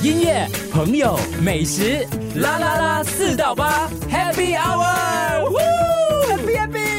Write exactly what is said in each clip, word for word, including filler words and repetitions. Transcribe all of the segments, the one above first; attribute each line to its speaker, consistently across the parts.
Speaker 1: 音乐、朋友、美食，啦啦啦，四到八 ，Happy Hour，Happy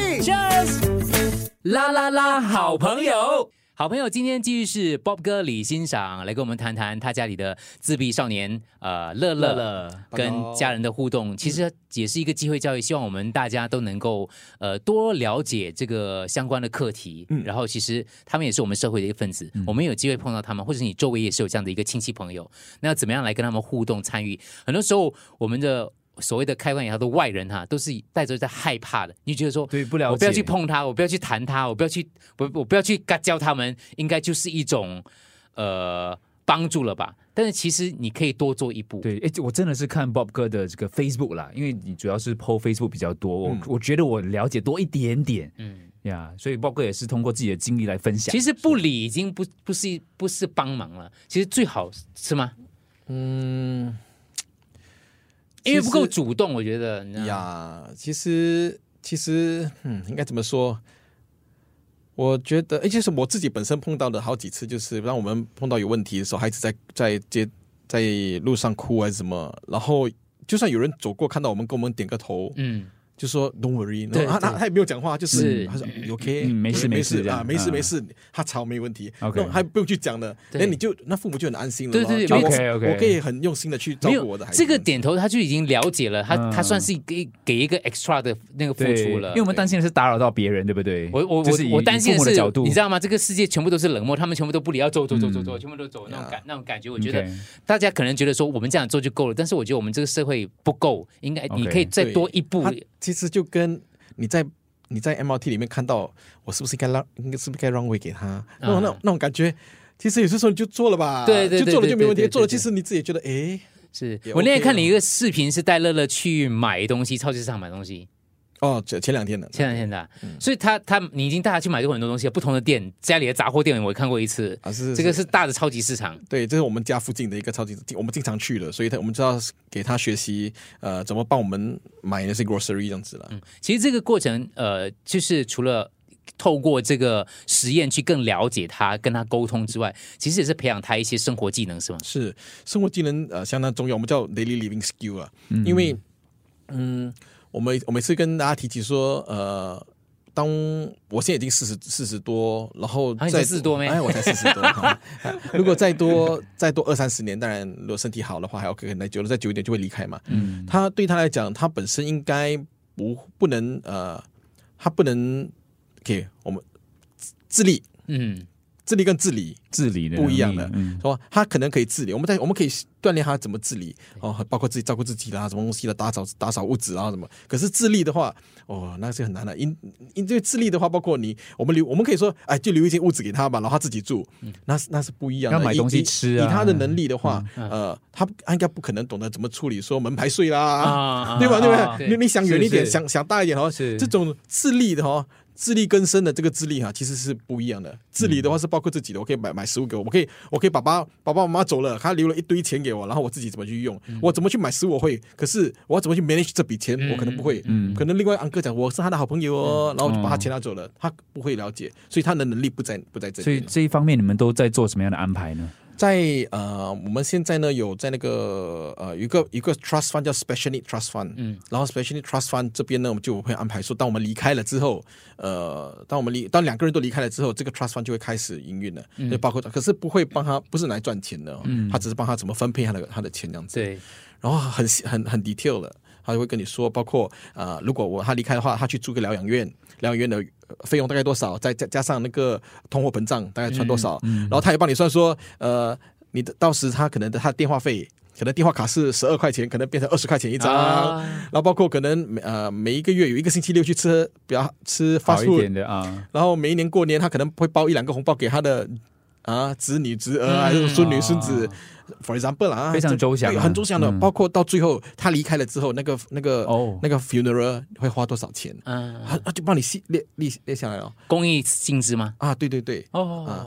Speaker 1: Happy，Cheers， 啦啦啦，好朋友。好朋友，今天继续是 Bob 哥李欣赏来跟我们谈谈他家里的自闭少年呃乐乐乐跟家人的互动，其实也是一个机会教育，希望我们大家都能够呃多了解这个相关的课题，嗯、然后其实他们也是我们社会的一个分子，嗯、我们有机会碰到他们，或者你周围也是有这样的一个亲戚朋友，那要怎么样来跟他们互动参与？很多时候我们的所谓的开关也好，的外人哈，都是带着在害怕的。你觉得说，
Speaker 2: 对，不了解，
Speaker 1: 我不要去碰他，我不要去谈他，我不要去，我我不要去嘎教他们，应该就是一种呃帮助了吧？但是其实你可以多做一步。
Speaker 2: 对，哎，我真的是看 Bob 哥的这个 Facebook 啦，因为你主要是 po Facebook 比较多，嗯、我我觉得我了解多一点点，嗯呀，所以 Bob 哥也是通过自己的经历来分享。
Speaker 1: 其实不理已经不不是不是帮忙了，其实最好是吗？嗯。因为不够主动，我觉得
Speaker 3: 呀，其实其实，嗯，应该怎么说？我觉得，哎，就是我自己本身碰到的好几次，就是让我们碰到有问题的时候，孩子在在街在路上哭还是什么，然后就算有人走过看到我们，跟我们点个头，嗯。就说 Don't worry， 然后他他他也没有讲话，就是他说 OK，
Speaker 2: 嗯，没事没事
Speaker 3: 啊，没事没事，他吵没问题，那还不用去讲的，那你就那父母就很安心了。
Speaker 1: 对对
Speaker 3: 对
Speaker 2: ，OK OK，
Speaker 3: 我可以很用心的去照顾我的孩子。
Speaker 1: 这个点头他就已经了解了，他他算是给给一个 extra 的那个付出了。
Speaker 2: 因为我们担心的是打扰到别人，对不对？
Speaker 1: 我我我我担心的是，你知道吗？这个世界全部都是冷漠，他们全部都不理，要走走走走走，全部都走那种感那种感觉。我觉得大家可能觉得说我们这样做就够了，但是我觉得我们这个社会不够，应该你可以再多一步。
Speaker 3: 其实就跟你在你在 M R T 里面看到我是不是应该让应该是不是该让位给他那种、啊、那种那种感觉，其实有些时候你就做了吧，
Speaker 1: 对对对，
Speaker 3: 就做了就没问题，做了其实你自己觉得哎，
Speaker 1: 是我那天看你一个视频，是带乐乐去买东西，超级市场买东西。
Speaker 3: 哦，前两天的，
Speaker 1: 前两天的，嗯、所以他他你已经带他去买过很多东西，不同的店，家里的杂货店我也看过一次啊，是这个是大的超级市场，
Speaker 3: 对，这是我们家附近的一个超级，我们经常去的，所以他我们知道给他学习呃怎么帮我们买那些 grocery 这样子了。嗯，
Speaker 1: 其实这个过程呃，就是除了透过这个实验去更了解他，跟他沟通之外，其实也是培养他一些生活技能，是吗？
Speaker 3: 是生活技能呃相当重要，我们叫 daily living skill 啊，嗯、因为嗯。我每我每次跟大家提起说，呃，当我现在已经四十四十多，然后
Speaker 1: 再、啊、四十多没？
Speaker 3: 哎，我才四十多。如果再多再多二三十年，当然如果身体好的话，还 OK， 那久了再久一点就会离开嘛。嗯，他对他来讲，他本身应该不不能呃，他不能给我们自立，嗯。自立跟自理
Speaker 2: 自理的
Speaker 3: 不一样的，嗯，说他可能可以自理，我们在我们可以锻炼他怎么自理哦，包括自己照顾自己啦，什么东西啦，打扫打扫屋子啊什么。可是自立的话，哦，那是很难的。因因为自立的话，包括你，我们留我们可以说，哎，就留一间屋子给他吧，然后他自己住，嗯、那是那是不一样的。
Speaker 2: 要买东西吃啊，
Speaker 3: 以他的能力的话，嗯、呃，他应该不可能懂得怎么处理说门牌税啦，啊、对吧？对吧？你、啊、你想远一点，想想大一点哦，这种自立的哦。自力更生的这个自力哈，其实是不一样的。自理的话是包括自己的，我可以买买食物给我，我可以我可以爸爸爸爸妈妈走了，他留了一堆钱给我，然后我自己怎么去用，嗯、我怎么去买食物我会，可是我要怎么去 manage 这笔钱，嗯、我可能不会。嗯、可能另外安哥讲我是他的好朋友哦，嗯、然后我就把他钱拿走了，他不会了解，所以他的能力不在不在这里。
Speaker 2: 所以这一方面你们都在做什么样的安排呢？
Speaker 3: 在呃，我们现在呢有在那个呃，有一个一个 trust fund 叫 special need trust fund，嗯，然后 special need trust fund 这边呢，我们就会安排说，当我们离开了之后，呃，当我们离当两个人都离开了之后，这个 trust fund 就会开始营运了，嗯，就包括，可是不会帮他，不是来赚钱的，嗯，他只是帮他怎么分配他的他的钱这样子，
Speaker 1: 对，
Speaker 3: 然后很很很 detail 了。他就会跟你说，包括呃，如果我他离开的话，他去住个疗养院，疗养院的费用大概多少，再加加上那个通货膨胀大概算多少，嗯嗯、然后他也帮你算说，呃，你的到时他可能的他的电话费，可能电话卡是十二块钱，可能变成二十块钱一张，啊、然后包括可能呃每一个月有一个星期六去吃比较吃 fast food 的啊，然后每一年过年他可能会包一两个红包给他的啊子女侄儿啊，嗯、孙女孙子。For example 啦，
Speaker 2: 非常周详，
Speaker 3: 很周详的，嗯、包括到最后他离开了之后，那个那个、哦、那个 funeral 会花多少钱？嗯，他他就帮你列列列下来了。
Speaker 1: 公益性质吗？
Speaker 3: 啊，对对对，哦，啊，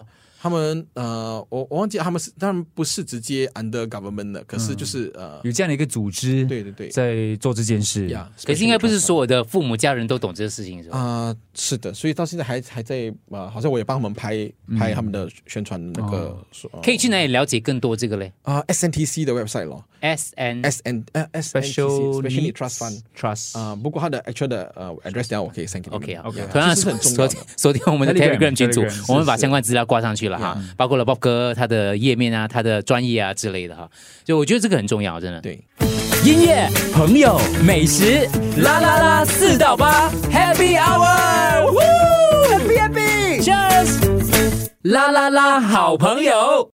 Speaker 3: 他们呃，我我忘记他们是，他们不是直接 under government 的，可是就是、嗯、呃，
Speaker 2: 有这样的一个组织，
Speaker 3: 对对对，
Speaker 2: 在做这件事。
Speaker 3: 呀，
Speaker 4: 可是应该不是所有的父母家人都懂这个事情，是吧？
Speaker 3: 啊、呃，是的，所以到现在还还在啊、呃，好像我也帮他们拍拍他们的宣传的那个、
Speaker 2: 哦
Speaker 3: 呃，
Speaker 4: 可以去哪里了解更多这个嘞？
Speaker 3: 啊、呃、，S N T C 的 website 咯
Speaker 4: ，S N
Speaker 3: S N 呃 S N T C
Speaker 2: Special
Speaker 3: Special
Speaker 2: Needs
Speaker 3: Trust Fund
Speaker 2: Trust
Speaker 3: 啊、呃，不过它的 actual 的呃 address 等下我可以 send 给你们。
Speaker 4: OK 啊
Speaker 2: OK
Speaker 4: 同样
Speaker 3: 这是很重要
Speaker 4: 锁
Speaker 3: 的。
Speaker 4: 锁定我们的
Speaker 2: Telegram
Speaker 4: Telegram 群组
Speaker 2: Telegram，
Speaker 4: 我们把相关资料挂上去了哈，
Speaker 3: Yeah
Speaker 4: 包括了 Bob 哥他的页面啊、他的专业啊之类的哈，就我觉得这个很重要，真的。
Speaker 3: 对。
Speaker 1: 音乐、朋友、美食，啦啦啦，四到八 ，Happy Hour，Happy Happy，Cheers，啦啦啦，好朋友。